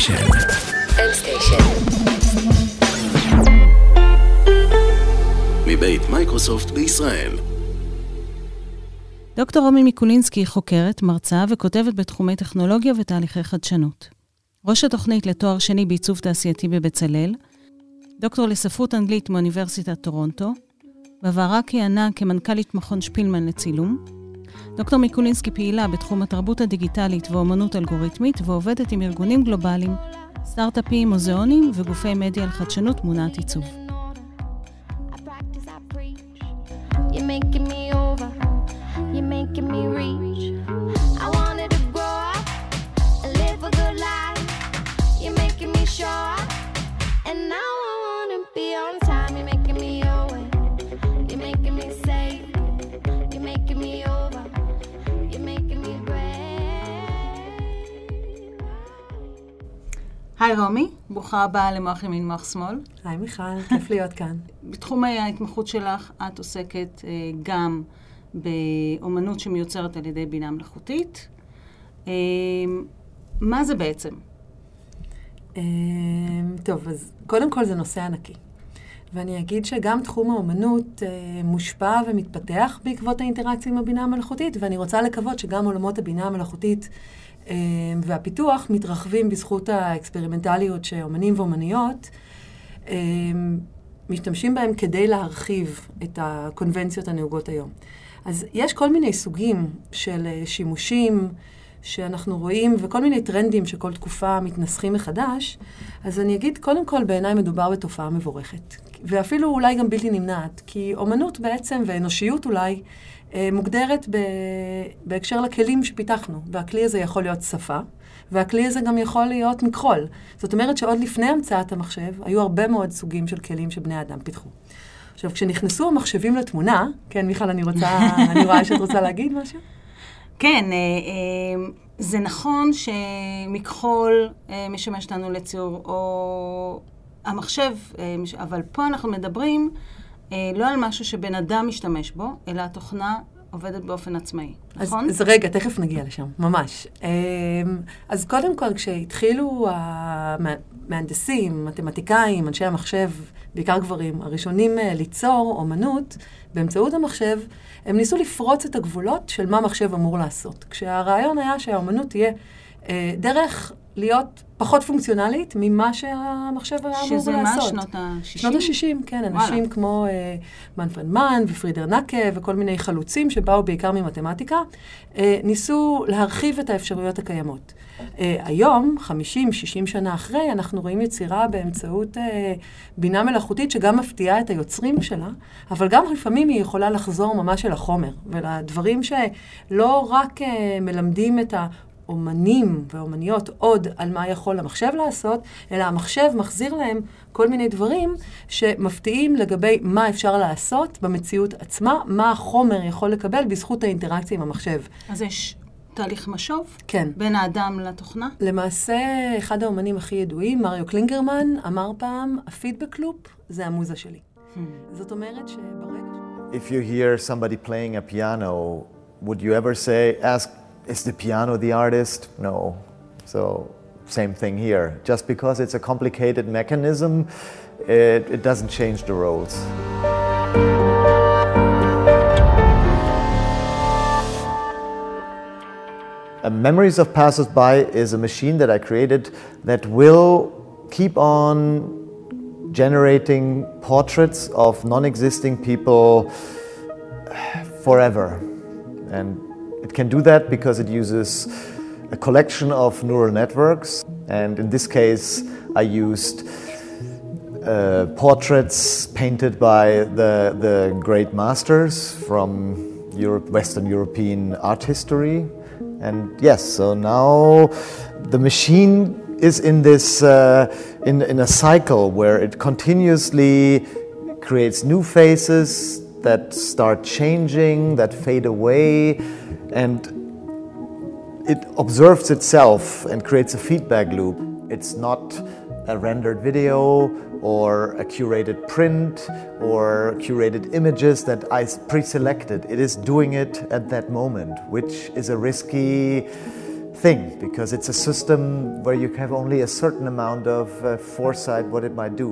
סטיישן. מבית מייקרוסופט בישראל. דוקטור רומי מיקולינסקי חוקרת, מרצה וכותבת בתחומי טכנולוגיה ותהליכי חדשנות. ראש התוכנית לתואר שני בעיצוב תעשייתי בבצלאל, דוקטור לספרות אנגלית מאוניברסיטת טורונטו, בעברה כיהנה כמנכ"לית מכון שפילמן לצילום. דוקטור מיקולינסקי פעילה בתחום התרבות הדיגיטלית ואומנות אלגוריתמית ועובדת עם ארגונים גלובליים, סטארט-אפים, מוזיאונים וגופי מדיה על חדשנות תמונת עיצוב. You're making me over, you're making me reach. I wanted to grow up and live a good life. You're making me show up, and now I wanna be on time. You're making me away, you're making me safe. You're making me over, you're making me brave. היי רומי, ברוכה הבאה למוח ימין מוח שמאל. היי מיכל, כיף להיות כאן. בתחום ההתמחות שלך את עוסקת גם באומנות שמיוצרת על ידי בינה מלאכותית. מה זה בעצם? טוב, אז קודם כל זה נושא ענקי. ואני אגיד שגם תחום האומנות מושפע ומתפתח בעקבות האינטראקציה עם הבינה המלאכותית, ואני רוצה לקוות שגם עולמות הבינה המלאכותית והפיתוח מתרחבים בזכות האקספרימנטליות שאומנים ואומניות משתמשים בהם כדי להרחיב את הקונבנציות הנהוגות היום. אז יש כל מיני סוגים של שימושים שאנחנו רואים, וכל מיני טרנדים שכל תקופה מתנסחים מחדש. אז אני אגיד, קודם כל, בעיניי מדובר בתופעה מבורכת. ואפילו אולי גם בלתי נמנעת, כי אומנות בעצם, ואנושיות אולי, מוגדרת בהקשר לכלים שפיתחנו. והכלי הזה יכול להיות שפה, והכלי הזה גם יכול להיות מכחול. זאת אומרת שעוד לפני המצאת המחשב, היו הרבה מאוד סוגים של כלים שבני האדם פיתחו. עכשיו, כשנכנסו המחשבים לתמונה, כן, מיכל, אני רואה שאת רוצה להגיד משהו? כן, זה נכון שמכחול משמש לנו לציור, או המחשב, אבל פה אנחנו מדברים לא על משהו שבן אדם משתמש בו, אלא התוכנה עובדת באופן עצמאי, נכון? אז רגע, תכף נגיע לשם, ממש. אז קודם כל, כשהתחילו המהנדסים, מתמטיקאים, אנשי המחשב, בעיקר גברים, הראשונים ליצור אומנות באמצעות המחשב, הם ניסו לפרוץ את הגבולות של מה מחשב אמור לעשות. כשהרעיון היה שהאומנות תהיה דרך להיות פחות פונקציונלית ממה שהמחשב היה אמור לעשות. שזה מה? שנות ה-60? שנות ה-60, כן. אנשים כמו מנפרד מן ופרידר נקה וכל מיני חלוצים שבאו בעיקר ממתמטיקה, ניסו להרחיב את האפשרויות הקיימות. היום, 50-60 שנה אחרי, אנחנו רואים יצירה באמצעות בינה מלאכותית שגם מפתיעה את היוצרים שלה, אבל גם לפעמים היא יכולה לחזור ממש אל החומר, ולדברים שלא רק מלמדים את אומנים ואומניות עוד על מה יכול המחשב לעשות, אלא המחשב מחזיר להם כל מיני דברים שמפתיעים לגבי מה אפשר לעשות במציאות עצמה, מה החומר יכול לקבל בזכות האינטראקציה עם המחשב. אז יש תהליך משוב? כן. בין האדם לתוכנה? למעשה, אחד האומנים הכי ידועים, מריו קלינגרמן, אמר פעם, הפידבק לופ זה המוזה שלי. זאת אומרת שברגע... If you hear somebody playing a piano, would you ever say, is the piano the artist? No. So, same thing here. Just because it's a complicated mechanism, it doesn't change the roles. Memories of Passers-by is a machine that I created that will keep on generating portraits of non-existing people forever. And it can do that because it uses a collection of neural networks, and in this case I used portraits painted by the great masters from Western European art history. And yes, so now the machine is in this in a cycle where it continuously creates new faces that start changing, that fade away, and it observes itself and creates a feedback loop. It's not a rendered video or a curated print or curated images that I pre-selected. It is doing it at that moment, which is a risky thing, because it's a system where you have only a certain amount of foresight what it might do.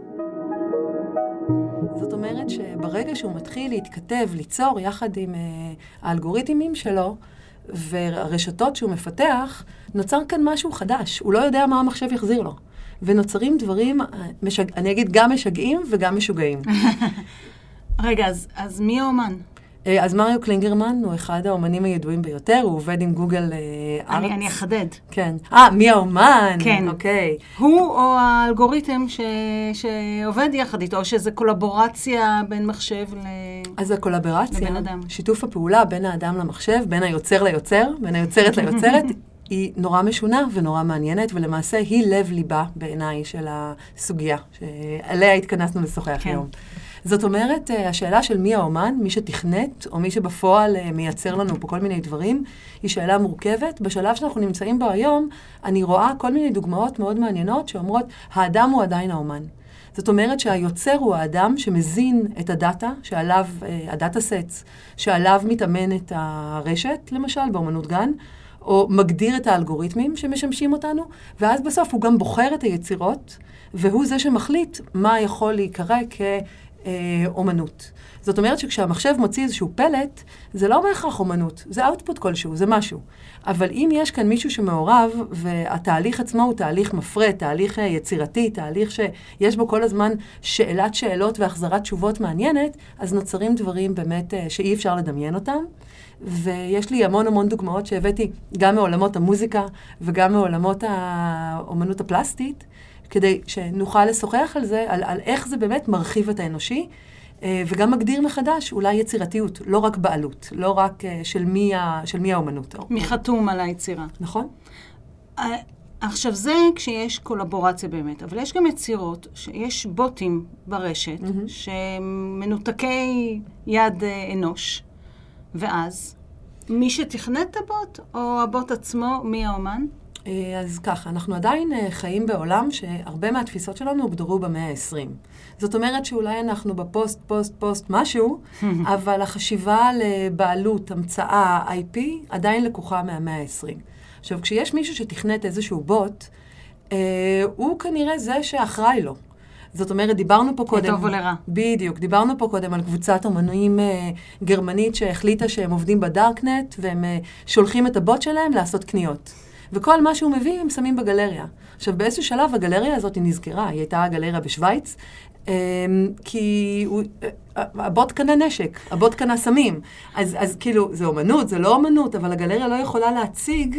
זאת אומרת שברגע שהוא מתחיל להתכתב, ליצור יחד עם האלגוריתמים שלו, והרשתות שהוא מפתח, נוצר כאן משהו חדש. הוא לא יודע מה המחשב יחזיר לו. ונוצרים דברים, אני אגיד, גם משגעים וגם משוגעים. רגע, אז מי האומן? אז מריו קלינגרמן הוא אחד האומנים הידועים ביותר, הוא עובד עם גוגל ארץ. אני אחדד. כן. מי האומן? כן. אוקיי. הוא או האלגוריתם שעובד יחד איתו, או שזה קולבורציה בין מחשב אז הקולברציה, לבן אדם. שיתוף הפעולה בין האדם למחשב, בין היוצר ליוצר, בין היוצרת ליוצרת, היא נורא משונה ונורא מעניינת, ולמעשה היא לב ליבה בעיניי של הסוגיה, שעליה התכנסנו לשוחח היום. זאת אומרת, השאלה של מי האומן, מי שתכנת, או מי שבפועל מייצר לנו פה כל מיני דברים, היא שאלה מורכבת. בשלב שאנחנו נמצאים בו היום, אני רואה כל מיני דוגמאות מאוד מעניינות שאומרות, האדם הוא עדיין האומן. זאת אומרת שהיוצר הוא האדם שמזין את הדאטה, שעליו, הדאטה סטס, שעליו מתאמנת הרשת, למשל, באומנות גן, או מגדיר את האלגוריתמים שמשמשים אותנו, ואז בסוף הוא גם בוחר את היצירות, והוא זה שמחליט מה יכול להיקרא כאומנות. זאת אומרת שכשהמחשב מוציא איזשהו פלט, זה לא בהכרח אומנות, זה אאוטפוט כלשהו, זה משהו. אבל אם יש כאן מישהו שמעורב, והתהליך עצמו הוא תהליך מפרה, תהליך יצירתי, תהליך שיש בו כל הזמן שאלת שאלות והחזרת תשובות מעניינת, אז נוצרים דברים באמת שאי אפשר לדמיין אותם. ויש לי המון דוגמאות שהבאתי גם מעולמות המוזיקה וגם מעולמות האומנות הפלסטית, כדי שנוכל לשוחח על זה, על איך זה באמת מרחיב את האנושי, וגם מגדיר מחדש אולי יצירתיות, לא רק בעלות, לא רק של מי האומנות. מי חתום על היצירה. נכון. עכשיו זה כשיש קולבורציה באמת, אבל יש גם יצירות שיש בוטים ברשת, שמנותקי יד אנוש, ואז מי שתכנת את הבוט, או הבוט עצמו, מי האומן? אז ככה, אנחנו עדיין חיים בעולם שהרבה מהתפיסות שלנו הוגדרו במאה ה-20. זאת אומרת שאולי אנחנו בפוסט משהו, אבל החשיבה לבעלות, המצאה, IP, עדיין לקוחה מהמאה ה-20. עכשיו, כשיש מישהו שתכנת איזשהו בוט, הוא כנראה זה שאחראי לו. זאת אומרת, דיברנו פה קודם... לטוב ולרע. בדיוק, דיברנו פה קודם על קבוצת אומנים גרמנית שהחליטה שהם עובדים בדארקנט, והם שולחים את הבוט שלהם לעשות קניות. וכל מה שהוא מביא הם שמים בגלריה. עכשיו, באיזשהו שלב הגלריה הזאת היא נזכרה, היא הייתה הגלריה בשוויץ, כי הבוט קנה נשק, הבוט קנה סמים. אז כאילו, זה אומנות, זה לא אומנות, אבל הגלריה לא יכולה להציג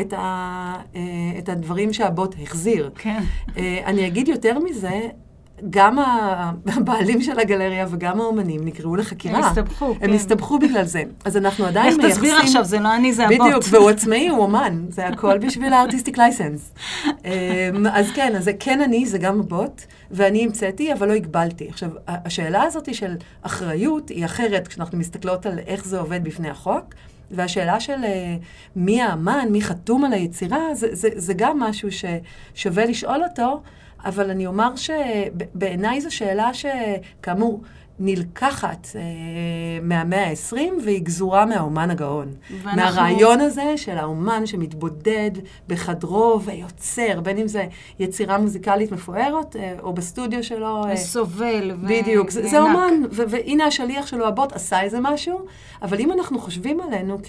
את הדברים שהבוט החזיר. כן. אני אגיד יותר מזה, גם הבעלים של הגלריה וגם האומנים נקראו לחקירה. הם הסתבכו, כן. הם הסתבכו בגלל זה. אז אנחנו עדיין מייחסים... איך תסביר עכשיו, זה לא אני, זה הבוט. בדיוק, והוא עצמאי, הוא אומן. זה הכל בשביל הארטיסטיק לייסנס. אז כן, אז זה כן אני, זה גם הבוט, ואני המצאתי, אבל לא הגבלתי. עכשיו, השאלה הזאת של אחריות היא אחרת כשאנחנו מסתכלות על איך זה עובד בפני החוק, והשאלה של מי האמן, מי חתום על היצירה, זה גם משהו ששווה לשאול אותו, אבל אני אומר שבעיניי זו שאלה שכאמור נלקחת מהמאה ה-20 והיא גזורה מהאומן הגאון. מהרעיון הזה של האומן שמתבודד בחדרו ויוצר, בין אם זה יצירה מוזיקלית מפוארת או בסטודיו שלו. וסובל. בדיוק, זה אומן, והנה השליח שלו, הבוט, עשה איזה משהו, אבל אם אנחנו חושבים עלינו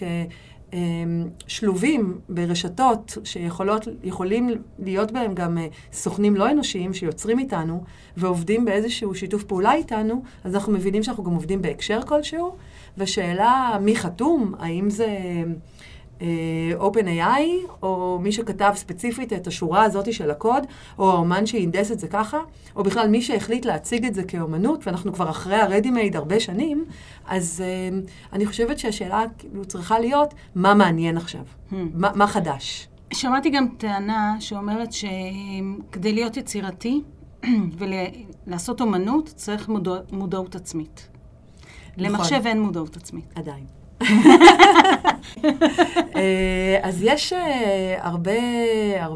שלובים ברשתות שיכולים להיות בהם גם סוכנים לא אנושיים שיוצרים איתנו ועובדים באיזשהו שיתוף פעולה איתנו, אז אנחנו מבינים שאנחנו גם עובדים בהקשר כלשהו, ושאלה מי חתום, האם זה OpenAI, או מי שכתב ספציפית את השורה הזאת של הקוד, או האומן שהינדס את זה ככה, או בכלל מי שהחליט להציג את זה כאומנות, ואנחנו כבר אחרי ה-ready-made הרבה שנים, אז אני חושבת שהשאלה כאילו צריכה להיות, מה מעניין עכשיו? מה חדש? שמעתי גם טענה שאומרת שכדי להיות יצירתי ולעשות אומנות, צריך מודעות עצמית. למחשב אין מודעות עצמית. עדיין. אז יש הרבה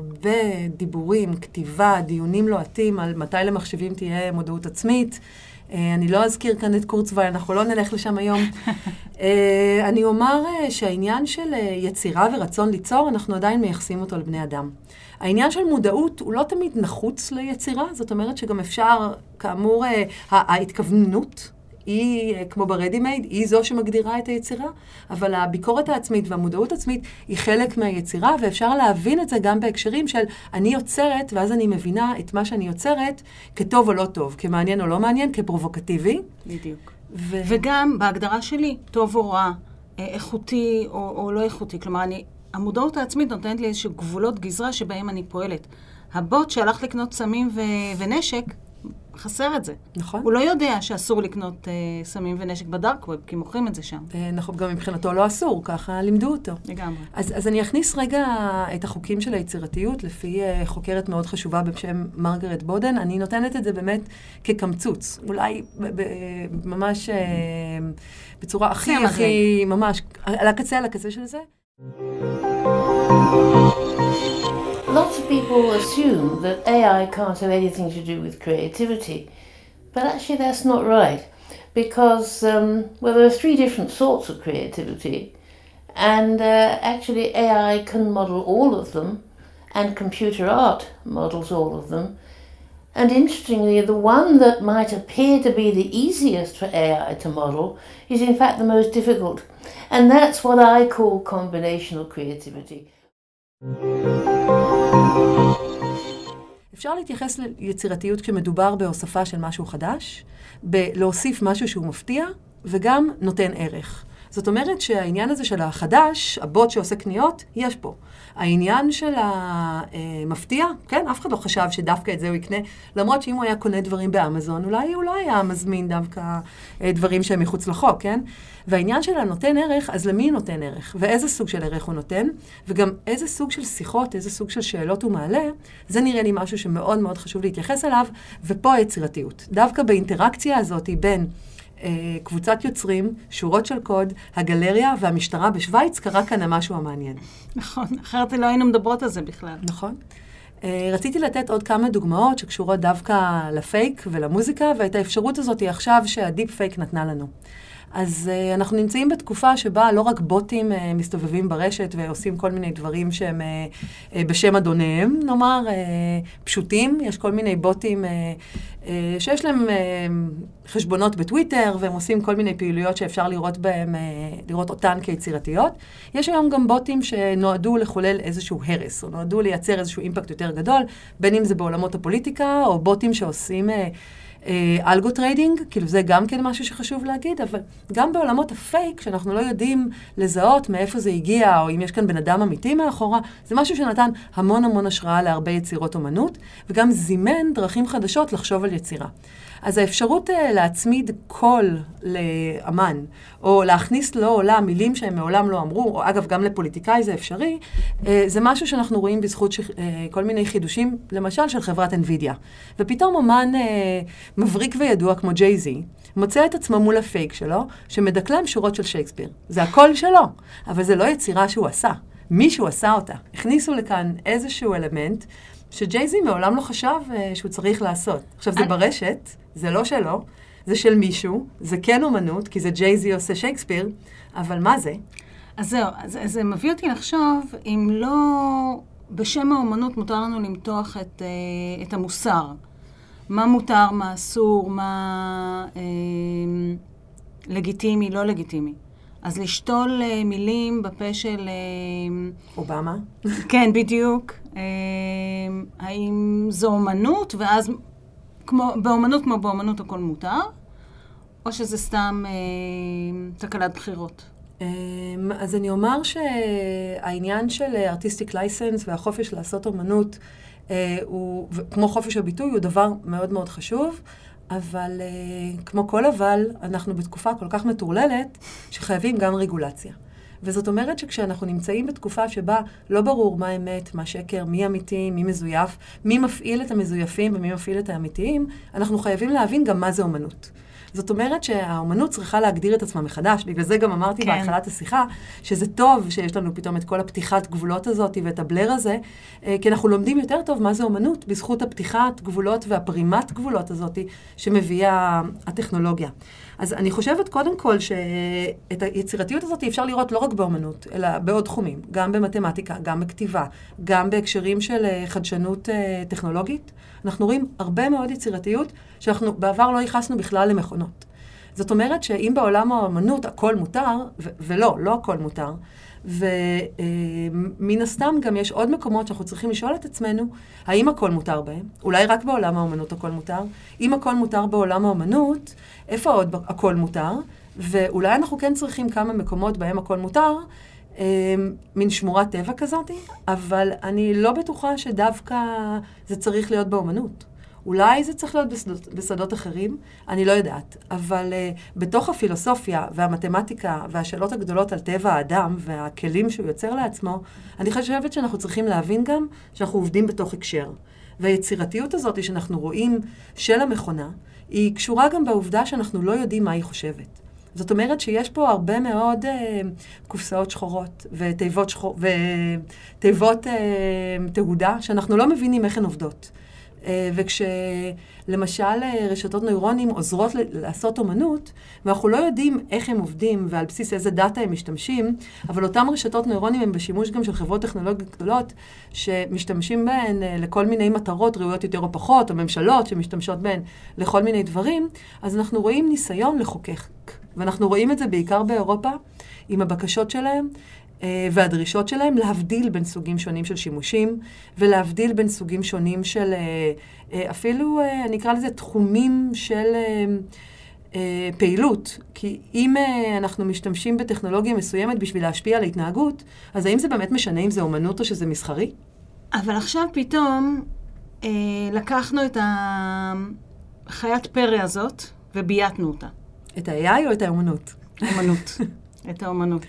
דיבורים, כתיבה, דיונים לוהטים על מתי למחשבים תהיה מודעות עצמית. אני לא אזכיר כאן את קורצוויל, אנחנו לא נלך לשם היום. אני אומר שהעניין של יצירה ורצון ליצור, אנחנו עדיין מייחסים אותו לבני אדם. העניין של מודעות הוא לא תמיד נחוץ ליצירה, זאת אומרת שגם אפשר, כאמור, ההתכווננות, היא, כמו ברדימייד, היא זו שמגדירה את היצירה, אבל הביקורת העצמית והמודעות העצמית היא חלק מהיצירה, ואפשר להבין את זה גם בהקשרים של אני יוצרת, ואז אני מבינה את מה שאני יוצרת כטוב או לא טוב, כמעניין או לא מעניין, כפרובוקטיבי. בדיוק. וגם בהגדרה שלי, טוב או רע, איכותי או לא איכותי. כלומר, המודעות העצמית נותנת לי איזשהו גבולות גזרה שבהם אני פועלת. הבוט שהלך לקנות סמים ונשק, חסר את זה. נכון. הוא לא יודע שאסור לקנות סמים ונשק בדארק ווב, כי מוכרים את זה שם. נכון, גם מבחינתו לא אסור, ככה לימדו אותו. לגמרי. אז אני אכניס רגע את החוקים של היצירתיות, לפי חוקרת מאוד חשובה בשם מרגרט בודן. אני נותנת את זה באמת כקמצוץ. אולי ממש בצורה הכי ממש, על הקצה של זה. Lots of people assume that AI can't have anything to do with creativity, but actually that's not right, because well, there are three different sorts of creativity, and actually AI can model all of them, and computer art models all of them, and interestingly, the one that might appear to be the easiest for AI to model is in fact the most difficult, and that's what I call combinational creativity. אפשר להתייחס ליצירתיות כשמדובר בהוספה של משהו חדש, בלהוסיף משהו שהוא מפתיע, וגם נותן ערך. זאת אומרת שהעניין הזה של החדש, הבוט שעושה קניות, יש פה. העניין של המפתיע, כן, אף אחד לא חשב שדווקא את זה הוא יקנה, למרות שאם הוא היה קונה דברים באמזון, אולי הוא לא היה מזמין דווקא דברים שהם מחוץ לחוק, כן? והעניין של הנותן ערך, אז למי נותן ערך? ואיזה סוג של ערך הוא נותן? וגם איזה סוג של שיחות, איזה סוג של שאלות הוא מעלה, זה נראה לי משהו שמאוד מאוד חשוב להתייחס אליו, ופה היצירתיות. דווקא באינטראקציה הזאת בין קבוצת יוצרים, שורות של קוד, הגלריה והמשטרה בשוויץ, קרה כאן משהו המעניין. נכון, אחרת לא היינו מדברות על זה בכלל. נכון. רציתי לתת עוד כמה דוגמאות שקשורות דווקא לפייק ולמוזיקה, ואת האפשרות הזאת היא עכשיו שהדיפ פייק נתנה לנו. אז אנחנו נמצאים בתקופה שבה לא רק בוטים מסתובבים ברשת ועושים כל מיני דברים שהם בשם אדוניהם, נאמר, פשוטים. יש כל מיני בוטים שיש להם חשבונות בטוויטר, והם עושים כל מיני פעילויות שאפשר לראות אותן כיצירתיות. יש היום גם בוטים שנועדו לחולל איזשהו הרס, או נועדו לייצר איזשהו אימפקט יותר גדול, בין אם זה בעולמות הפוליטיקה, או בוטים שעושים אלגו טריידינג, כאילו זה גם כן משהו שחשוב להגיד, אבל גם בעולמות הפייק, שאנחנו לא יודעים לזהות מאיפה זה הגיע, או אם יש כאן בן אדם אמיתי מאחורה, זה משהו שנתן המון המון השראה להרבה יצירות אומנות, וגם זימן דרכים חדשות לחשוב על יצירה. אז האפשרות להצמיד קול לאמן, או להכניס לו או לה מילים שהם מעולם לא אמרו, או אגב גם לפוליטיקאי זה אפשרי, זה משהו שאנחנו רואים בזכות כל מיני חידושים, למשל של חברת NVIDIA. ופתאום אמן מבריק וידוע כמו ג'יי-זי, מוצא את עצמו מול הפייק שלו, שמדקלם שורות של שייקספיר. זה הקול שלו, אבל זה לא יצירה שהוא עשה. מישהו עשה אותה. הכניסו לכאן איזשהו אלמנט, שג'יי-זי מעולם לא חשב שהוא צריך לעשות. עכשיו, זה ברשת, זה לא שלו, זה של מישהו, זה כן אומנות, כי זה ג'יי-זי עושה שייקספיר, אבל מה זה? אז זהו, זה מביא אותי לחשוב, אם לא בשם האומנות מותר לנו למתוח את המוסר. מה מותר, מה אסור, מה לגיטימי, לא לגיטימי. אז לשתול מילים בפה של אובמה. כן, בדיוק. האם זו אומנות, ואז באומנות כמו באומנות הכל מותר, או שזה סתם תקלת בחירות? אז אני אומר שהעניין של artistic license והחופש לעשות אומנות, כמו חופש הביטוי, הוא דבר מאוד מאוד חשוב, אבל כמו כל אבל, אנחנו בתקופה כל כך מטורללת, שחייבים גם רגולציה. וזאת אומרת שכשאנחנו נמצאים בתקופה שבה לא ברור מה אמת, מה שקר, מי אמיתי, מי מזויף, מי מפעיל את המזויפים ומי מפעיל את האמיתיים, אנחנו חייבים להבין גם מה זה אומנות. זאת אומרת שהאומנות צריכה להגדיר את עצמה מחדש, בגלל זה גם אמרתי בהתחלת השיחה, שזה טוב שיש לנו פתאום את כל הפתיחת גבולות הזאת ואת הבלר הזה, כי אנחנו לומדים יותר טוב מה זה אומנות, בזכות הפתיחת גבולות והפרימת גבולות הזאת שמביאה הטכנולוגיה. אז אני חושבת קודם כל שאת היצירתיות הזאת אפשר לראות לא רק באומנות, אלא בעוד תחומים, גם במתמטיקה, גם בכתיבה, גם בהקשרים של חדשנות טכנולוגית. אנחנו רואים הרבה מאוד יצירתיות שאנחנו בעבר לא ייחסנו בכלל למכונות. זאת אומרת שאם בעולם האומנות הכל מותר, ולא, לא הכל מותר, ומן הסתם גם יש עוד מקומות שאנחנו צריכים לשאול את עצמנו, האם הכל מותר בהם? אולי רק בעולם האומנות הכל מותר? אם הכל מותר בעולם האומנות, איפה עוד הכל מותר? ואולי אנחנו כן צריכים כמה מקומות בהם הכל מותר, מין שמורת טבע כזאת, אבל אני לא בטוחה שדווקא זה צריך להיות באומנות. אולי זה צריך להיות בשדות אחרים, אני לא יודעת. אבל בתוך הפילוסופיה והמתמטיקה והשאלות הגדולות על טבע האדם והכלים שהוא יוצר לעצמו, אני חושבת שאנחנו צריכים להבין גם שאנחנו עובדים בתוך הקשר. והיצירתיות הזאת שאנחנו רואים של המכונה, היא קשורה גם בעובדה שאנחנו לא יודעים מה היא חושבת. זאת אומרת שיש פה הרבה מאוד קופסאות שחורות ותיבות תהודה שאנחנו לא מבינים איך הן עובדות. וכשלמשל רשתות נוירונים עוזרות לעשות אומנות, ואנחנו לא יודעים איך הם עובדים ועל בסיס איזה דאטה הם משתמשים, אבל אותם רשתות נוירונים הם בשימוש גם של חברות טכנולוגיות גדולות, שמשתמשים בהן לכל מיני מטרות ראויות יותר או פחות, או ממשלות שמשתמשות בהן לכל מיני דברים, אז אנחנו רואים ניסיון לחוקק. ואנחנו רואים את זה בעיקר באירופה, עם הבקשות שלהם, והדרישות שלהם להבדיל בין סוגים שונים של שימושים, ולהבדיל בין סוגים שונים של, אפילו, אני אקרא לזה, תחומים של פעילות. כי אם אנחנו משתמשים בטכנולוגיה מסוימת בשביל להשפיע על ההתנהגות, אז האם זה באמת משנה אם זה אומנות או שזה מסחרי? אבל עכשיו פתאום לקחנו את החיית פרא הזאת ובייתנו אותה. את ה-AI או את האומנות? האומנות. את האומנות.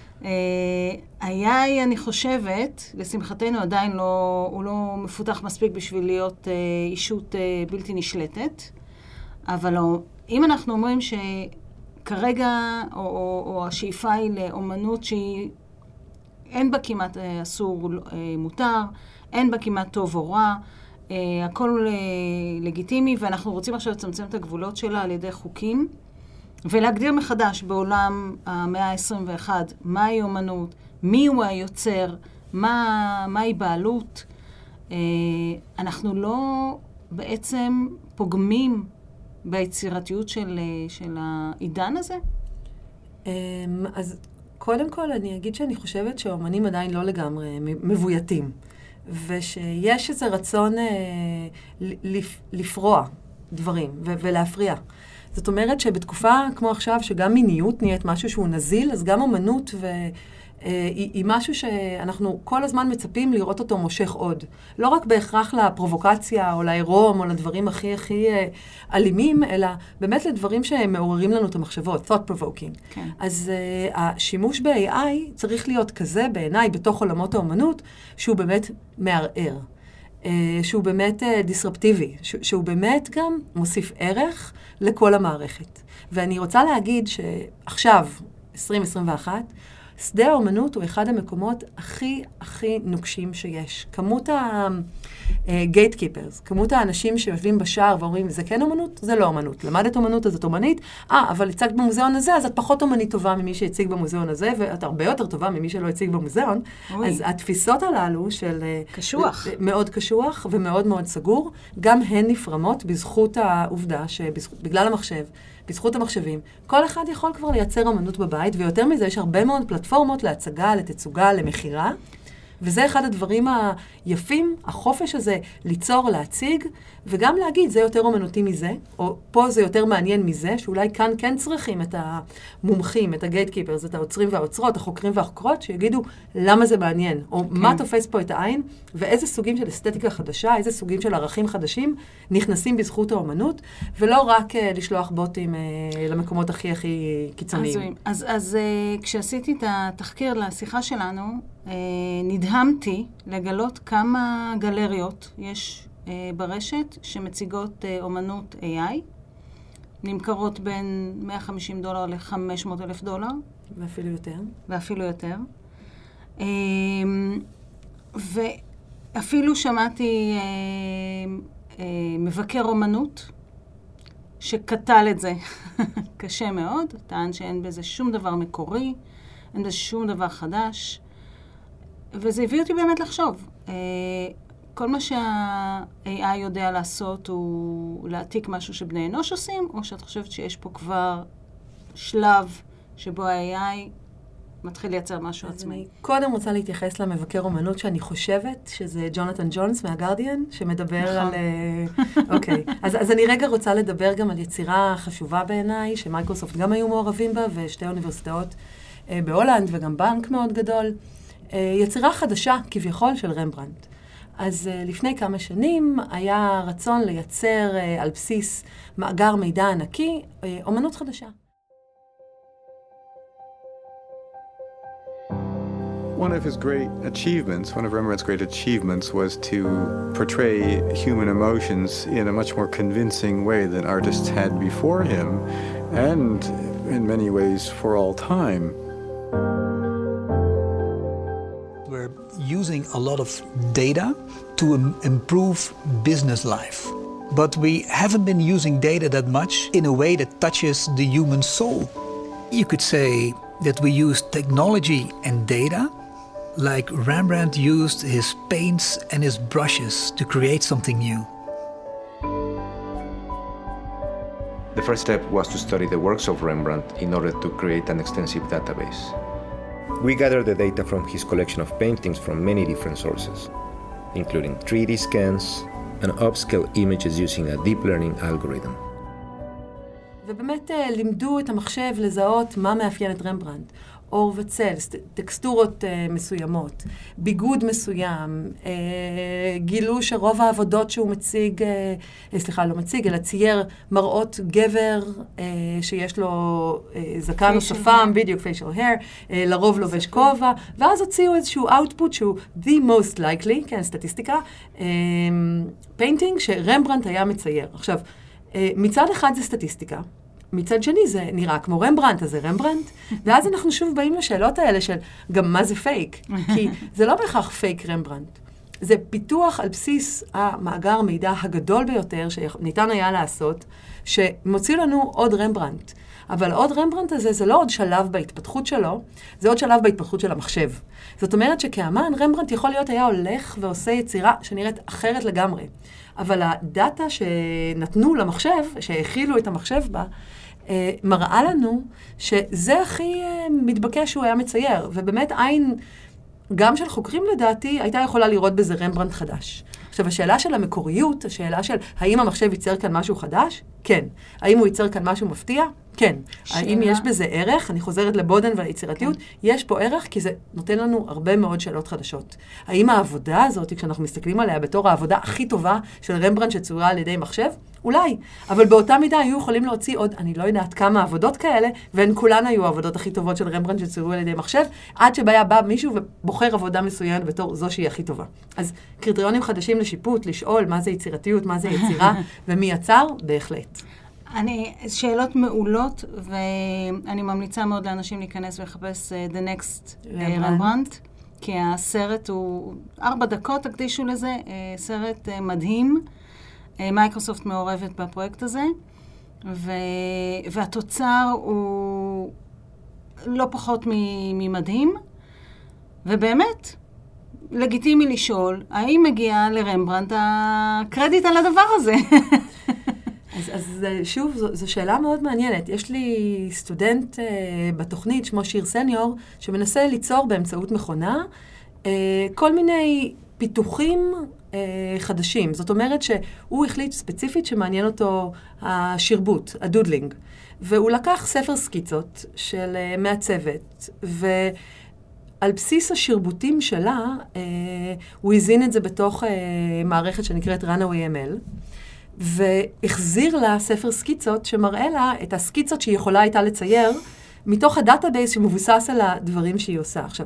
AI, אני חושבת, לשמחתנו עדיין הוא לא מפותח מספיק בשביל להיות אישות בלתי נשלטת, אבל אם אנחנו אומרים שכרגע, או השאיפה היא לאומנות שהיא אין בה כמעט אסור מותר, אין בה כמעט טוב או רע, הכל לגיטימי, ואנחנו רוצים עכשיו לצמצם את הגבולות שלה על ידי חוקים, ולהגדיר מחדש בעולם המאה ה-21 מהי אומנות, מי הוא היוצר, מהי בעלות. אנחנו לא בעצם פוגמים ביצירתיות של העידן הזה? אז קודם כל אני אגיד שאני חושבת שהאומנים עדיין לא לגמרי מבויתים, ושיש איזה רצון לפרוע דברים ולהפריע. זאת אומרת שבתקופה כמו עכשיו, שגם מיניות נהיית משהו שהוא נזיל, אז גם אומנות היא משהו שאנחנו כל הזמן מצפים לראות אותו מושך עוד. לא רק בהכרח לפרובוקציה או לעירום או לדברים הכי אלימים, אלא באמת לדברים שמעוררים לנו את המחשבות, thought provoking. כן. אז השימוש ב-AI צריך להיות כזה בעיניי בתוך עולמות האומנות, שהוא באמת מערער. שהוא באמת דיסרפטיבי, שהוא באמת גם מוסיף ערך לכל המערכת. ואני רוצה להגיד שעכשיו, 2021, שדה האומנות הוא אחד המקומות הכי נוקשים שיש. כמות ה-gatekeepers, כמות האנשים שיושבים בשער ואומרים, זה כן אומנות? זה לא אומנות. למדת אומנות, אז את אומנית? אבל הצגת במוזיאון הזה, אז את פחות אומנית טובה ממי שהציג במוזיאון הזה, ואת הרבה יותר טובה ממי שלא הציג במוזיאון. אז התפיסות הללו של... קשוח. מאוד קשוח ומאוד מאוד סגור, גם הן נפרמות בזכות העובדה שבגלל המחשב, בזכות המחשבים, כל אחד יכול כבר לייצר אמנות בבית, ויותר מזה יש הרבה מאוד פלטפורמות להצגה, לתצוגה, למחירה, וזה אחד הדברים היפים, החופש הזה ליצור, להציג, וגם להגיד, זה יותר אומנותי מזה, או פה זה יותר מעניין מזה, שאולי כאן כן צריכים את המומחים, את הגייטקיפרס, את האוצרים והאוצרות, החוקרים והחוקרות, שיגידו למה זה מעניין, או מה תופס פה את העין, ואיזה סוגים של אסתטיקה חדשה, איזה סוגים של ערכים חדשים נכנסים בזכות האומנות, ולא רק לשלוח בוטים למקומות הכי קיצוניים. אז כשעשיתי את התחקיר לשיחה שלנו, נדהמתי לגלות כמה גלריות יש ברשת שמציגות אומנות AI, נמכרות בין $150 ל$500,000. ואפילו יותר. ואפילו יותר. ואפילו שמעתי מבקר אומנות, שקטל את זה קשה מאוד, טען שאין בזה שום דבר מקורי, אין בזה שום דבר חדש, וזה הביא אותי באמת לחשוב. כל מה שה-AI יודע לעשות הוא להעתיק משהו שבני אנוש עושים, או שאת חושבת שיש פה כבר שלב שבו ה-AI מתחיל לייצר משהו עצמי? אני קודם רוצה להתייחס למבקר אומנות שאני חושבת שזה ג'ונתן ג'ונס מהגרדיאן, שמדבר על... אוקיי. אז אני רגע רוצה לדבר גם על יצירה חשובה בעיניי, שמייקרוסופט גם היו מעורבים בה, ושתי אוניברסיטאות בהולנד, וגם בנק מאוד גדול. יצירה חדשה, כביכול, של רמברנדט. אז לפני כמה שנים היה רצון לייצר על בסיס מאגר מידע ענקי, אומנות חדשה. One of his great achievements, one of Rembrandt's great achievements, was to portray human emotions in a much more convincing way than artists had before him, and in many ways for all time. We're using a lot of data to improve business life. But we haven't been using data that much in a way that touches the human soul. You could say that we use technology and data like Rembrandt used his paints and his brushes to create something new. The first step was to study the works of Rembrandt in order to create an extensive database. We gathered the data from his collection of paintings from many different sources, including 3D scans and upscale images using a deep learning algorithm. ובאמת לימדו את המחשב לזהות מה מאפיין את רמברנדט. אור וצל, טקסטורות מסוימות, ביגוד מסוים, גילו שרוב העבודות שהוא מציג, לא מציג, אלא צייר מראות גבר שיש לו זקן או שפם, בדיוק facial hair, לרוב לובש כובע, ואז הוציאו איזשהו output שהוא the most likely, כן, סטטיסטיקה, painting שרמברנדט היה מצייר. עכשיו, מצד אחד זה סטטיסטיקה, מצד שני זה נראה כמו רמברנדט, אז זה רמברנדט, ואז אנחנו שוב באים לשאלות האלה של גם מה זה פייק, כי זה לא בהכרח פייק רמברנדט. זה פיתוח על בסיס המאגר מידע הגדול ביותר שניתן היה לעשות, שמוציא לנו עוד רמברנדט. אבל עוד רמברנדט הזה זה לא עוד שלב בהתפתחות שלו, זה עוד שלב בהתפתחות של המחשב. זאת אומרת שכאמן רמברנדט יכול להיות היה הולך ועושה יצירה שנראית אחרת לגמרי. אבל הדאטה שנתנו למחשב, שהכילו את המחשב בה, מראה לנו שזה הכי מתבקש שהוא היה מצייר. ובאמת עין, גם של חוקרים לדעתי, הייתה יכולה לראות בזה רמברנדט חדש. עכשיו, השאלה של המקוריות, השאלה של האם המחשב ייצר כאן משהו חדש? כן. האם הוא ייצר כאן משהו מפתיע? כן. האם יש בזה ערך? אני חוזרת לבודן והיצירתיות. יש פה ערך כי זה נותן לנו הרבה מאוד שאלות חדשות. האם העבודה הזאת, כשאנחנו מסתכלים עליה בתור העבודה הכי טובה של רמברנדט שצוירה על ידי מחשב? אולי. אבל באותה מידה היו יכולים להוציא עוד, אני לא יודעת כמה עבודות כאלה, והן כולן היו העבודות הכי טובות של רמברנדט שצוירו על ידי מחשב, עד שבא מישהו ובוחר עבודה מסוימת בתור זו שהיא הכי טובה. אז קריטריונים חדשים לשיפוט, לשאול מה זה יצירתיות, מה זה יצירה, ומי יצר? בהחלט. שאלות מעולות, ואני ממליצה מאוד לאנשים להיכנס ולחפש The Next רמברנדט, כי הסרט הוא 4 דקות, תקדישו לזה, סרט מדהים. מייקרוסופט מעורבת בפרויקט הזה, והתוצר הוא לא פחות ממדהים, ובאמת, לגיטימי לשאול, האם מגיע לרמברנדט הקרדיט על הדבר הזה? אז שוב, זו שאלה מאוד מעניינת. יש לי סטודנט בתוכנית, שמו שיר סניור, שמנסה ליצור באמצעות מכונה כל מיני פיתוחים חדשים. זאת אומרת שהוא החליט ספציפית שמעניין אותו השרבוט, הדודלינג. והוא לקח ספר סקיצות של מעצבת, ועל בסיס השרבוטים שלה, הוא הזין את זה בתוך מערכת שנקראת Runway ML, והחזיר לה ספר סקיצות שמראה לה את הסקיצות שהיא יכולה הייתה לצייר, מתוך הדאטאבייס שמבוסס על הדברים שהיא עושה. עכשיו,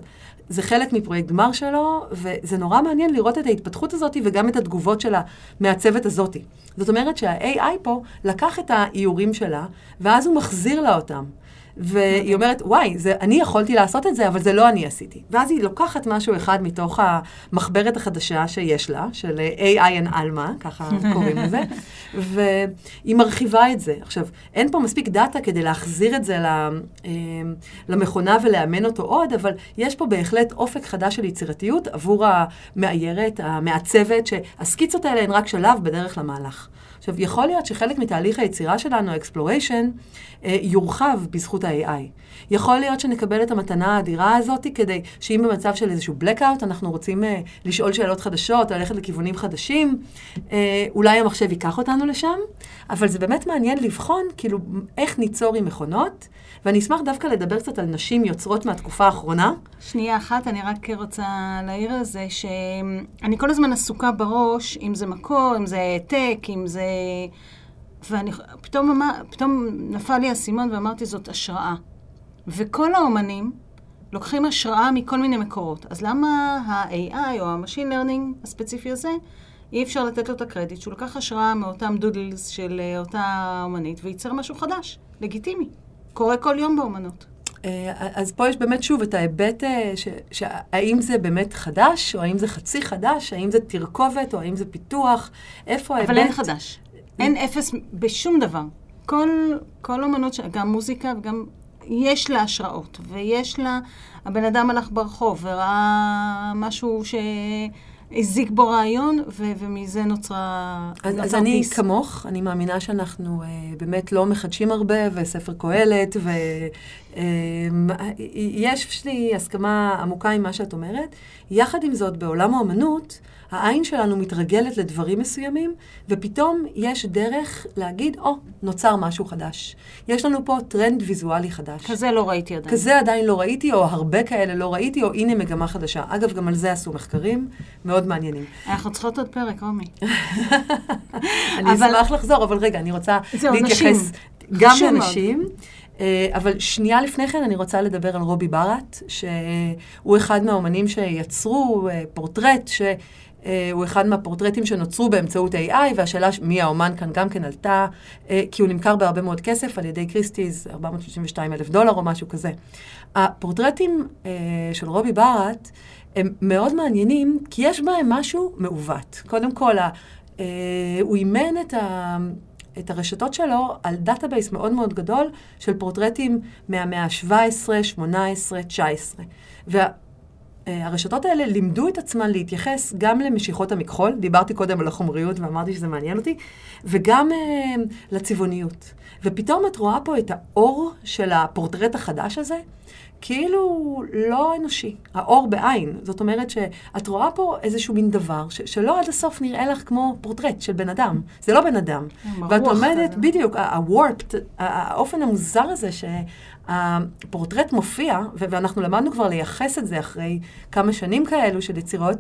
זה חלק מפרויקט גמר שלו, וזה נורא מעניין לראות את ההתפתחות הזאת וגם את התגובות שלה מהצוות הזאת. זאת אומרת שה-AI פה לקח את האיורים שלה, ואז הוא מחזיר לה אותם. והיא אומרת, וואי, אני יכולתי לעשות את זה, אבל זה לא אני עשיתי. ואז היא לוקחת משהו אחד מתוך המחברת החדשה שיש לה, של AI and Alma, ככה קוראים לזה, והיא מרחיבה את זה. עכשיו, אין פה מספיק דאטה כדי להחזיר את זה למכונה ולאמן אותו עוד, אבל יש פה בהחלט אופק חדש של יצירתיות עבור המאיירת, המעצבת, שהסקיצות האלה הן רק שלב בדרך למהלך. עכשיו, יכול להיות שחלק מתהליך היצירה שלנו, ה-exploration, יורחב בזכות ה-AI. יכול להיות שנקבל את המתנה האדירה הזאת, כדי שאם במצב של איזשהו blackout, אנחנו רוצים לשאול שאלות חדשות, ללכת לכיוונים חדשים, אולי המחשב ייקח אותנו לשם, אבל זה באמת מעניין לבחון, כאילו, איך ניצור עם מכונות, ואני אשמח דווקא לדבר קצת על נשים יוצרות מהתקופה האחרונה. שנייה אחת, אני רק רוצה להעיר על זה, שאני כל הזמן עסוקה בראש, אם זה מקור, אם זה העתק, אם זה... ואני פתאום נפל לי הסימון ואמרתי, זאת השראה. וכל האומנים לוקחים השראה מכל מיני מקורות. אז למה ה-AI או ה-Machine Learning הספציפי הזה, אי אפשר לתת לו את הקרדיט, שהוא לקח השראה מאותם דודלס של אותה אומנית, וייצר משהו חדש, לגיטימי. קורה כל יום באומנות. אז פה יש באמת שוב את ההיבט שהאם זה באמת חדש, או האם זה חצי חדש, האם זה תרכובת, או האם זה פיתוח, איפה ההיבט... אבל אין חדש. אין אפס בשום דבר. כל אומנות, גם מוזיקה וגם יש לה השראות, ויש לה, הבן אדם הלך ברחוב וראה משהו שהזיק בו רעיון, ומזה נוצרה... אז אני כמוך, אני מאמינה שאנחנו באמת לא מחדשים הרבה, וספר קהלת, ויש לי הסכמה עמוקה עם מה שאת אומרת. יחד עם זאת, בעולם האומנות, העין שלנו מתרגלת לדברים מסוימים, ופתאום יש דרך להגיד, נוצר משהו חדש. יש לנו פה טרנד ויזואלי חדש. כזה לא ראיתי עדיין. כזה עדיין לא ראיתי, או הרבה כאלה לא ראיתי, או הנה מגמה חדשה. אגב, גם על זה עשו מחקרים מאוד מעניינים. אנחנו צריכות עוד פרק, רומי. אני אשמח לחזור, אבל רגע, אני רוצה להתייחס גם לאנשים. אבל שנייה לפני כן אני רוצה לדבר על רובי בארט, שהוא אחד מהאומנים שיצרו פורטרט, שהוא אחד מהפורטרטים שנוצרו באמצעות AI, והשאלה מי האומן כאן גם כן עלתה, כי הוא נמכר בהרבה מאוד כסף על ידי קריסטיז, $432,000 או משהו כזה. הפורטרטים של רובי בארט הם מאוד מעניינים, כי יש בהם משהו מעוות. קודם כל, הוא אימן את הרשתות שלו על דאטאבייס מאוד מאוד גדול של פורטרטים מהמאה ה-17, 18, 19. והרשתות האלה לימדו את עצמן להתייחס גם למשיכות המכחול, דיברתי קודם על החומריות ואמרתי שזה מעניין אותי, וגם לצבעוניות. ופתאום את רואה פה את האור של הפורטרט החדש הזה, כאילו לא אנושי, האור בעין. זאת אומרת שאת רואה פה איזשהו מין דבר שלא עד הסוף נראה לך כמו פורטרט של בן אדם. זה לא בן אדם. ואת עומדת, בדיוק, הוורפט, האופן המוזר הזה שהפורטרט מופיע, ואנחנו למדנו כבר לייחס את זה אחרי כמה שנים כאלו של יצירות,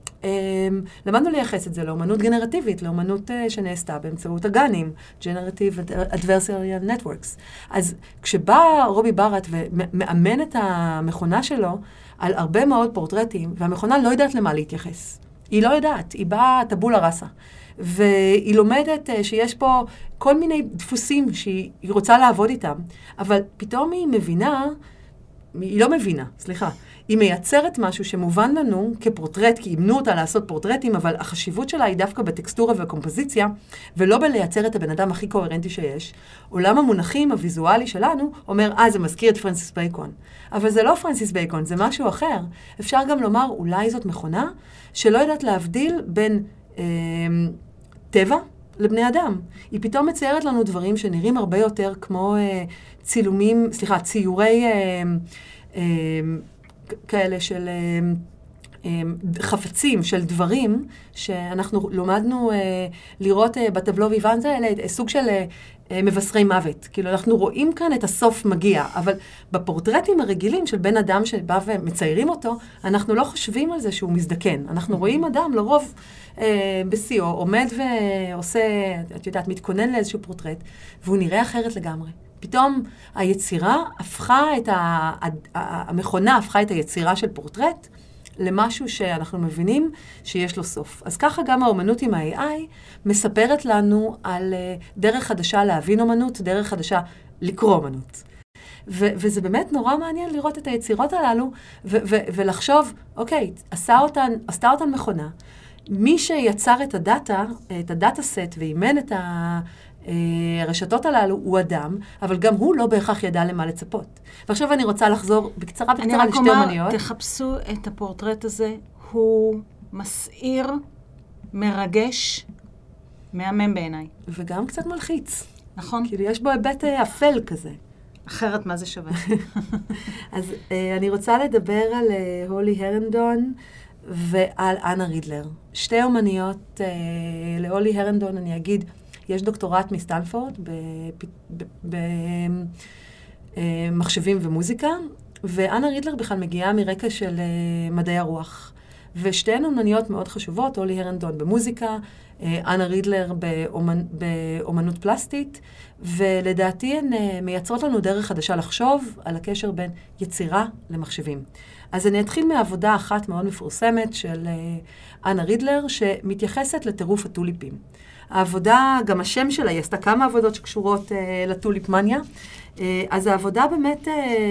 למדנו לייחס את זה לאומנות גנרטיבית, לאומנות שנעשתה באמצעות הגנים, Generative Adversarial Networks. אז כשבא רובי בארט ומאמן את המכונה שלו על הרבה מאוד פורטרטים, והמכונה לא יודעת למה להתייחס. היא לא יודעת, היא באה טבולה ראסה. והיא לומדת שיש פה כל מיני דפוסים שהיא רוצה לעבוד איתם, אבל פתאום היא מבינה, היא לא מבינה, סליחה. היא מייצרת משהו שמובן לנו כפורטרט, כי אימנו אותה לעשות פורטרטים, אבל החשיבות שלה היא דווקא בטקסטורה והקומפוזיציה, ולא בלייצר את הבן אדם הכי קוהרנטי שיש. עולם המונחים הוויזואלי שלנו אומר, זה מזכיר את פרנסיס בייקון. אבל זה לא פרנסיס בייקון, זה משהו אחר. אפשר גם לומר, אולי זאת מכונה שלא יודעת להבדיל בין טבע לבני אדם. היא פתאום מציירת לנו דברים שנראים הרבה יותר כמו ציורי כאלה של חפצים, של דברים, שאנחנו לומדנו לראות בטבלו ויוונזה, אלה סוג של מבשרי מוות. כאילו, אנחנו רואים כאן את הסוף מגיע, אבל בפורטרטים הרגילים של בן אדם שבא ומציירים אותו, אנחנו לא חושבים על זה שהוא מזדקן. אנחנו רואים אדם לרוב בשיאו, עומד ועושה, את יודעת, מתכונן לאיזשהו פורטרט, והוא נראה אחרת לגמרי. פתאום היצירה הפכה המכונה הפכה את היצירה של פורטרט למשהו שאנחנו מבינים שיש לו סוף. אז ככה גם האומנות עם ה-AI מספרת לנו על דרך חדשה להבין אומנות, דרך חדשה לקרוא אומנות. וזה באמת נורא מעניין לראות את היצירות הללו, ולחשוב, אוקיי, עשתה אותן מכונה. מי שיצר את הדאטה סט ואימן את הרשתות הללו הוא אדם, אבל גם הוא לא בהכרח ידע למה לצפות. ועכשיו אני רוצה לחזור בקצרה לשתי אומניות. אני רק אומר, תחפשו את הפורטרט הזה, הוא מסעיר, מרגש, מהמם בעיניי. וגם קצת מלחיץ. נכון. כאילו יש בו היבט אפל כזה. אחרת מה זה שווה? אז אני רוצה לדבר על הולי הרנדון ועל אנה רידלר. שתי אומניות, להולי הרנדון אני אגיד, יש דוקטורט מסטנפורד במחשבים ומוזיקה, ואנה רידלר בכלל מגיעה מרקע של מדעי הרוח. ושתיהן אומניות מאוד חשובות, הולי הרנדון במוזיקה, אנה רידלר באומנות פלסטית, ולדעתי הן מייצרות לנו דרך חדשה לחשוב על הקשר בין יצירה למחשבים. אז אני אתחיל מעבודה אחת מאוד מפורסמת של אנה רידלר, שמתייחסת לטירוף הטוליפים. העבודה, גם השם שלה, היא עשתה כמה עבודות שקשורות לטוליפמניה. אז העבודה באמת,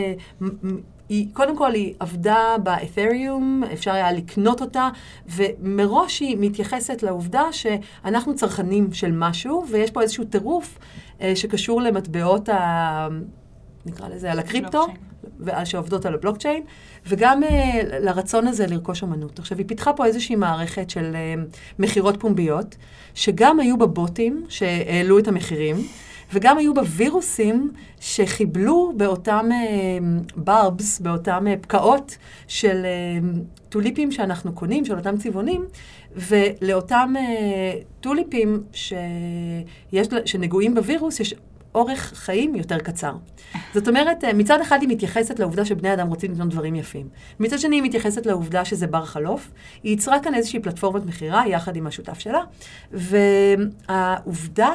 קודם כל היא עבדה באת'ריום, אפשר היה לקנות אותה, ומראש היא מתייחסת לעובדה שאנחנו צרכנים של משהו, ויש פה איזשהו טירוף שקשור למטבעות, נקרא לזה, על הקריפטו, שעובדות על הבלוקצ'יין, וגם לרצון הזה לרכוש אומנות. עכשיו, היא פיתחה פה איזושהי מערכת של מחירות פומביות, שגם היו בבוטים שהעלו את המחירים, וגם היו בווירוסים שחיבלו באותם ברבס, באותם פקעות של טוליפים שאנחנו קונים, של אותם צבעונים, ולאותם טוליפים שנגועים בווירוס יש אורך חיים יותר קצר. זאת אומרת, מצד אחד היא מתייחסת לעובדה שבני אדם רוצים לקנות דברים יפים. מצד שני היא מתייחסת לעובדה שזה בר חלוף. היא יצרה כאן איזושהי פלטפורמת מחירה יחד עם השותף שלה, והעובדה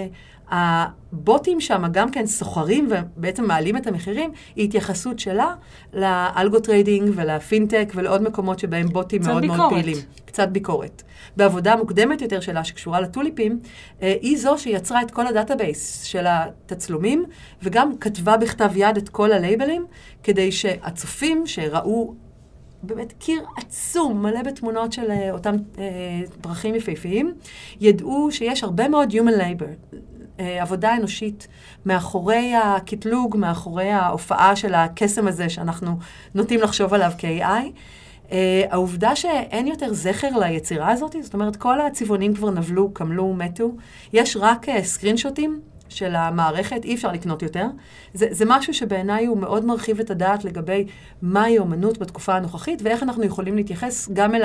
שהבוטים שם גם כן סוחרים ובעצם מעלים את המחירים, היא התייחסות שלה לאלגו טריידינג ולפינטק ולעוד מקומות שבהם בוטים מאוד מאוד פעילים. קצת ביקורת. בעבודה מוקדמת יותר שלה שקשורה לטוליפים, היא זו שיצרה את כל הדאטאבייס של התצלומים, וגם כתבה בכתב יד את כל הלייבלים, כדי שהצופים שראו באמת קיר עצום מלא בתמונות של אותם פרחים יפהפיים, ידעו שיש הרבה מאוד human labor, עבודה אנושית מאחורי הקטלוג, מאחורי ההופעה של הקסם הזה שאנחנו נוטים לחשוב עליו כ-AI. העובדה שאין יותר זכר ליצירה הזאת, זאת אומרת, כל הצבעונים כבר נבלו, קמלו, מתו. יש רק סקרינשוטים של המערכת, אי אפשר לקנות יותר. זה משהו שבעיניי הוא מאוד מרחיב את הדעת לגבי מהי אומנות בתקופה הנוכחית, ואיך אנחנו יכולים להתייחס גם אל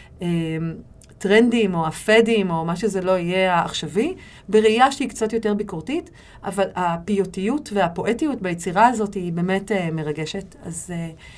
הטרנדים או הפדים או מה שזה לא יהיה העכשווי, בראייה שהיא קצת יותר ביקורתית, אבל הפיוטיות והפואטיות ביצירה הזאת היא באמת מרגשת. אז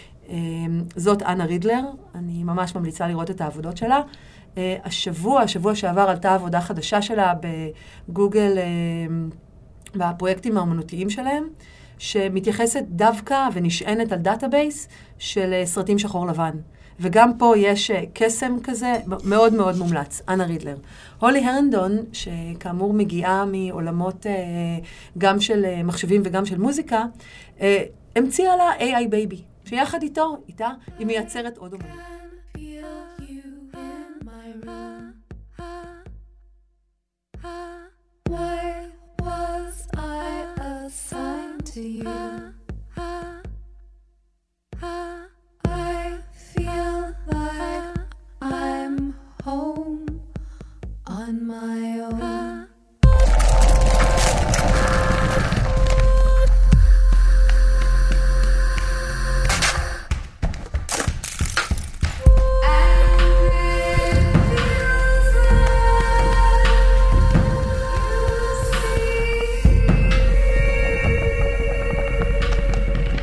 זאת אנה רידלר, אני ממש ממליצה לראות את העבודות שלה. השבוע שעבר עלתה עבודה חדשה שלה בגוגל, בפרויקטים האמנותיים שלהם, שמתייחסת דווקא ונשענת על דאטאבייס של סרטים שחור לבן. וגם פה יש קסם כזה מאוד מאוד מומלץ, אנה רידלר. הולי הרנדון, שכאמור מגיעה מעולמות גם של מחשבים וגם של מוזיקה, המציאה לה AI Baby. שיחד איתה, היא מייצרת עוד אומנות. Why was I assigned to you? I feel like I'm home on my own.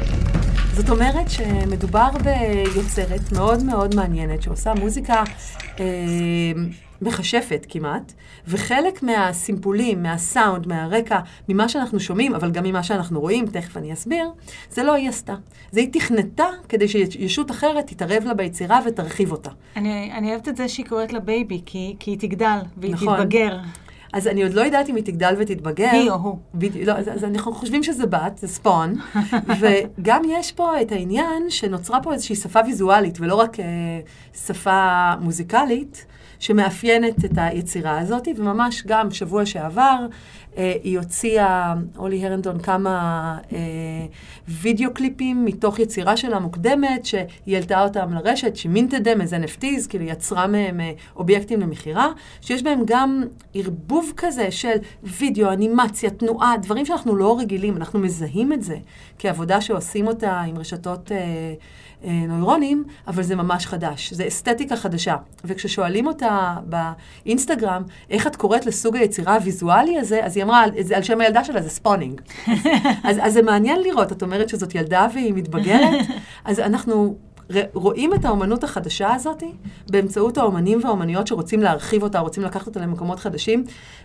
זאת אומרת שמדובר ביוצרת מאוד מאוד מעניינת, שעושה מוזיקה מחשפת כמעט, וחלק מהסימפולים, מהסאונד, מהרקע, ממה שאנחנו שומעים, אבל גם ממה שאנחנו רואים, תכף אני אסביר, זה לא היא עשתה. זה היא תכנתה כדי שישות אחרת תתערב לה ביצירה ותרחיב אותה. אני אוהבת את זה שהיא קוראת לה בייבי, כי היא תגדל והיא תתבגר. אז אני עוד לא יודעת אם היא תגדל ותתבגר. היא או הוא. לא, אז אנחנו חושבים שזה בת, זה ספון. וגם יש פה את העניין שנוצרה פה איזושהי שפה ויזואלית, ולא רק שפה מוזיקלית, שמאפיינת את היצירה הזאת, וממש גם שבוע שעבר, היא הוציאה, אולי הרנדון, כמה וידאו קליפים מתוך יצירה שלה מוקדמת, שהיא העלתה אותם לרשת, שמינטדם איזה NFTs, כאילו יצרה מהם אובייקטים למחירה, שיש בהם גם ערבוב כזה של וידאו, אנימציה, תנועה, דברים שאנחנו לא רגילים, אנחנו מזהים את זה כעבודה שעושים אותה עם רשתות נוירונים, אבל זה ממש חדש. זה אסתטיקה חדשה. וכששואלים אותה באינסטגרם, איך את קוראת לסוג היצירה הוויזואלי הזה, אז היא אמרה, על שם הילדה שלה זה ספונינג. אז זה מעניין לראות, את אומרת שזאת ילדה והיא מתבגרת, אז אנחנו רואים את האומנות החדשה הזאת באמצעות האומנים והאומניות שרוצים להרחיב אותה, רוצים לקחת אותה למקומות חדשים.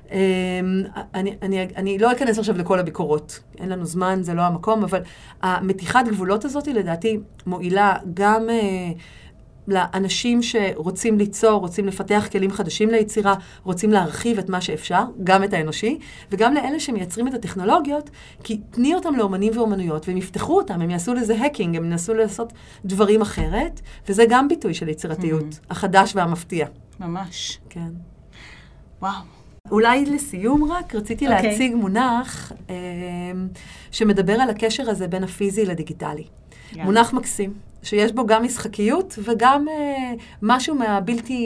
אני לא אכנס עכשיו לכל הביקורות, אין לנו זמן, זה לא המקום, אבל המתיחת גבולות הזאת לדעתי מועילה גם לאנשים שרוצים ליצור, רוצים לפתח כלים חדשים ליצירה, רוצים להרחיב את מה שאפשר, גם את האנושי, וגם לאלה שמייצרים את הטכנולוגיות, כי תני אותם לאומנים ואומנויות, והם יפתחו אותם, הם יעשו לזה הקינג, הם ינסו לעשות דברים אחרת, וזה גם ביטוי של יצירתיות, החדש והמפתיע. ממש. כן. וואו. אולי לסיום רק, רציתי להציג מונח שמדבר על הקשר הזה בין הפיזי לדיגיטלי. מונח מקסים. שיש בו גם משחקיות וגם משהו מהבלתי,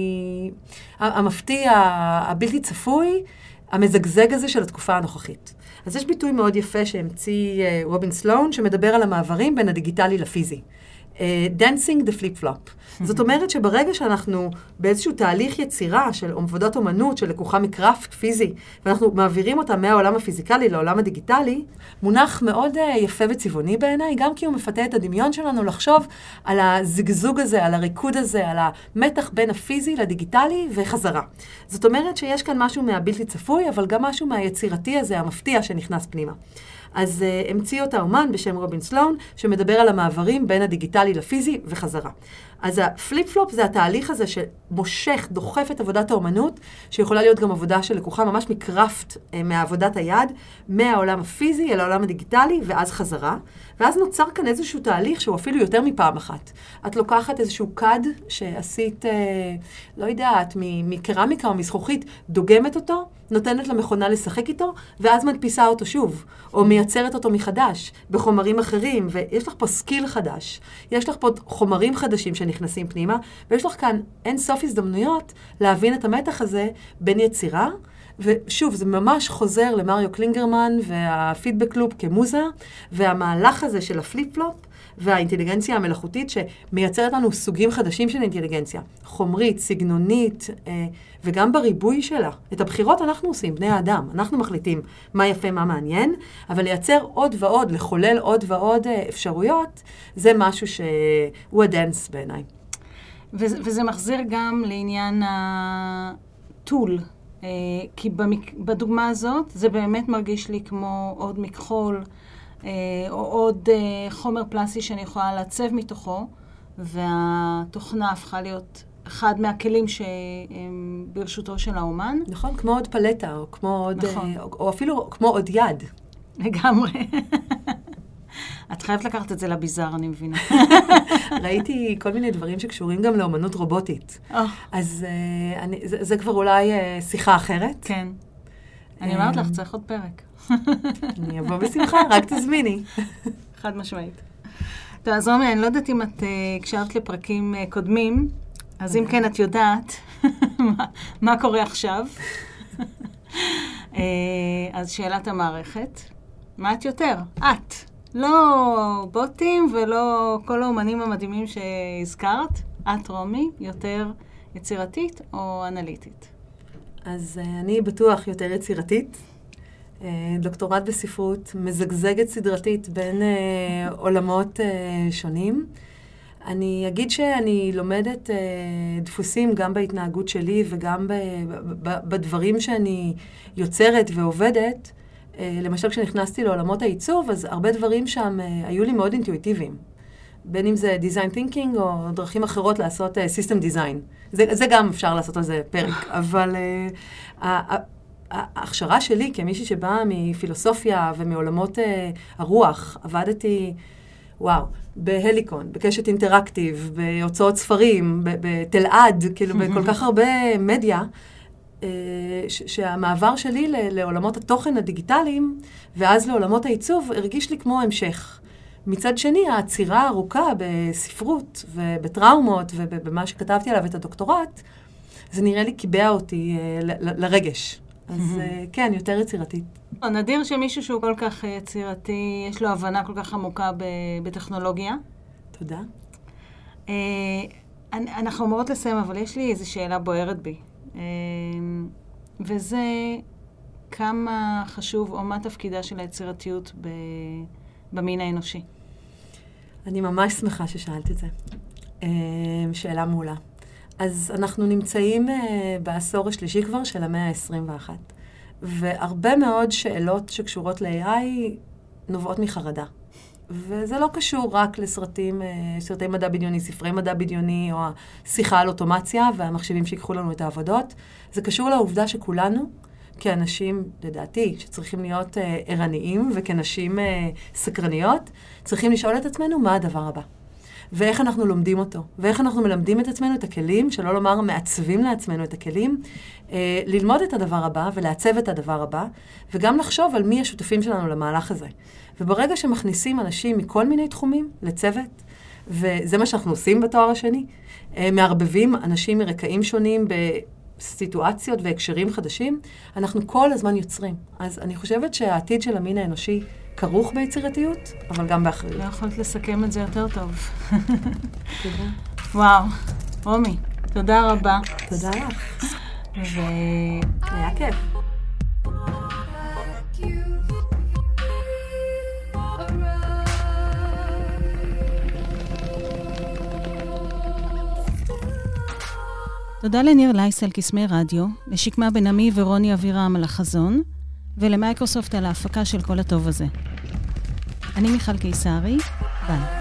המפתיע, הבלתי צפוי, המזגזג הזה של התקופה הנוכחית. אז יש ביטוי מאוד יפה שהמציא רובין סלון, שמדבר על המעברים בין הדיגיטלי לפיזי. Dancing the flip-flop. זאת אומרת שברגע שאנחנו באיזשהו תהליך יצירה של עבודת אומנות, של לקוחה מקראפט פיזי, ואנחנו מעבירים אותה מהעולם הפיזיקלי לעולם הדיגיטלי, מונח מאוד יפה וצבעוני בעיניי, גם כי הוא מפתה את הדמיון שלנו לחשוב על הזגזוג הזה, על הריקוד הזה, על המתח בין הפיזי לדיגיטלי וחזרה. זאת אומרת שיש כאן משהו מהבלתי צפוי, אבל גם משהו מהיצירתי הזה, המפתיע שנכנס פנימה. אז המציא אותה אומן בשם רובין סלון, שמדבר על המעברים בין הדיגיטלי לפיזי וחזרה. אז הפליפ-פלופ זה התהליך הזה שמושך, דוחף את עבודת האומנות, שיכולה להיות גם עבודה של לקוחה ממש מקראפט מעבודת היד, מהעולם הפיזי אל העולם הדיגיטלי, ואז חזרה. ואז נוצר כאן איזשהו תהליך שהוא אפילו יותר מפעם אחת. את לוקחת איזשהו קד שעשית, לא יודעת, מקרמיקה או מזכוכית, דוגמת אותו, נותנת למכונה לשחק איתו, ואז מדפיסה אותו שוב, או מייצרת אותו מחדש, בחומרים אחרים, ויש לך פה סקיל חדש. יש לך פה חומרים חדשים שנכנסים פנימה, ויש לך כאן אין סוף הזדמנויות להבין את המתח הזה בין יצירה, ושוב, זה ממש חוזר למריו קלינגרמן והפידבק לופ כמוזה, והמהלך הזה של הפליפ-פלופ והאינטליגנציה המלאכותית שמייצרת לנו סוגים חדשים של אינטליגנציה. חומרית, סגנונית, וגם בריבוי שלה. את הבחירות אנחנו עושים, בני האדם. אנחנו מחליטים מה יפה, מה מעניין, אבל לייצר עוד ועוד, לחולל עוד ועוד אפשרויות, זה משהו שהוא הדנס בעיניי. וזה מחזיר גם לעניין הטול. כי בדוגמה הזאת זה באמת מרגיש לי כמו עוד מכחול, או עוד חומר פלסטי שאני יכולה לעצב מתוכו, והתוכנה הפכה להיות אחד מהכלים שהם ברשותו של האומן. נכון, כמו עוד פלטה, או כמו עוד, נכון. או אפילו כמו עוד יד. לגמרי. את חייבת לקחת את זה לביזר, אני מבינה. ראיתי כל מיני דברים שקשורים גם לאומנות רובוטית. אז זה כבר אולי שיחה אחרת. כן. אני אומרת לך, צריך עוד פרק. אני אבוא בשמחה, רק תזמיני. חד משמעית. טוב, אז רומי, אני לא יודעת אם את הקשבת לפרקים קודמים, אז אם כן את יודעת מה קורה עכשיו. אז שאלת המערכת, מה את יותר? את. לא בוטים ולא כל האומנים המדהימים שהזכרת. את, רומי, יותר יצירתית או אנליטית? אז אני בטוח יותר יצירתית. דוקטורט בספרות, מזגזגת סדרתית בין עולמות שונים. אני אגיד שאני לומדת דפוסים גם בהתנהגות שלי וגם בדברים שאני יוצרת ועובדת. למשל, כשנכנסתי לעולמות העיצוב, אז הרבה דברים שם היו לי מאוד אינטואיטיביים. בין אם זה design thinking או דרכים אחרות לעשות system design. זה גם אפשר לעשות על זה פרק, אבל ההכשרה שלי כמישהי שבאה מפילוסופיה ומעולמות הרוח, עבדתי, בהליקון, בקשת אינטראקטיב, בהוצאות ספרים, בתלעד, כאילו בכל כך הרבה מדיה, שהמעבר שלי לעולמות התוכן הדיגיטליים, ואז לעולמות העיצוב, הרגיש לי כמו המשך. מצד שני, העצירה הארוכה בספרות ובטראומות ובמה שכתבתי עליו את הדוקטורט, זה נראה לי קיבע אותי לרגש. אז כן, יותר יצירתית. נדיר שמישהו שהוא כל כך יצירתי, יש לו הבנה כל כך עמוקה בטכנולוגיה. תודה. אנחנו אמורות לסיים, אבל יש לי איזו שאלה בוערת בי. וזה כמה חשוב או מה תפקידה של היצירתיות במין האנושי. אני ממש שמחה ששאלת את זה. שאלה מעולה. אז אנחנו נמצאים בעשור השלישי כבר של המאה ה-21, והרבה מאוד שאלות שקשורות ל-AI נובעות מחרדה. וזה לא קשור רק לסרטים, סרטי מדע בדיוני, ספרי מדע בדיוני, או השיחה על אוטומציה והמחשבים שיקחו לנו את העבודות. זה קשור לעובדה שכולנו, כאנשים, לדעתי, שצריכים להיות ערניים וכנשים סקרניות, צריכים לשאול את עצמנו מה הדבר הבא. ואיך אנחנו לומדים אותו, ואיך אנחנו מלמדים את עצמנו את הכלים, שלא לומר מעצבים לעצמנו את הכלים, ללמוד את הדבר הבא ולעצב את הדבר הבא, וגם לחשוב על מי השותפים שלנו למהלך הזה. וברגע שמכניסים אנשים מכל מיני תחומים לצוות, וזה מה שאנחנו עושים בתואר השני, מערבבים אנשים מרקעים שונים בסיטואציות והקשרים חדשים, אנחנו כל הזמן יוצרים. אז אני חושבת שהעתיד של המין האנושי כרוך ביצירתיות, אבל גם באחריות. לא יכולת לסכם את זה יותר טוב. תודה. וואו, רומי, תודה רבה. תודה לך. היה כיף. תודה לניר לייס על קסמי רדיו, לשקמה בן עמי ורוני אבירם על החזון, ולמייקרוסופט על ההפקה של כל הטוב הזה. אני מיכל קיסרי, ביי.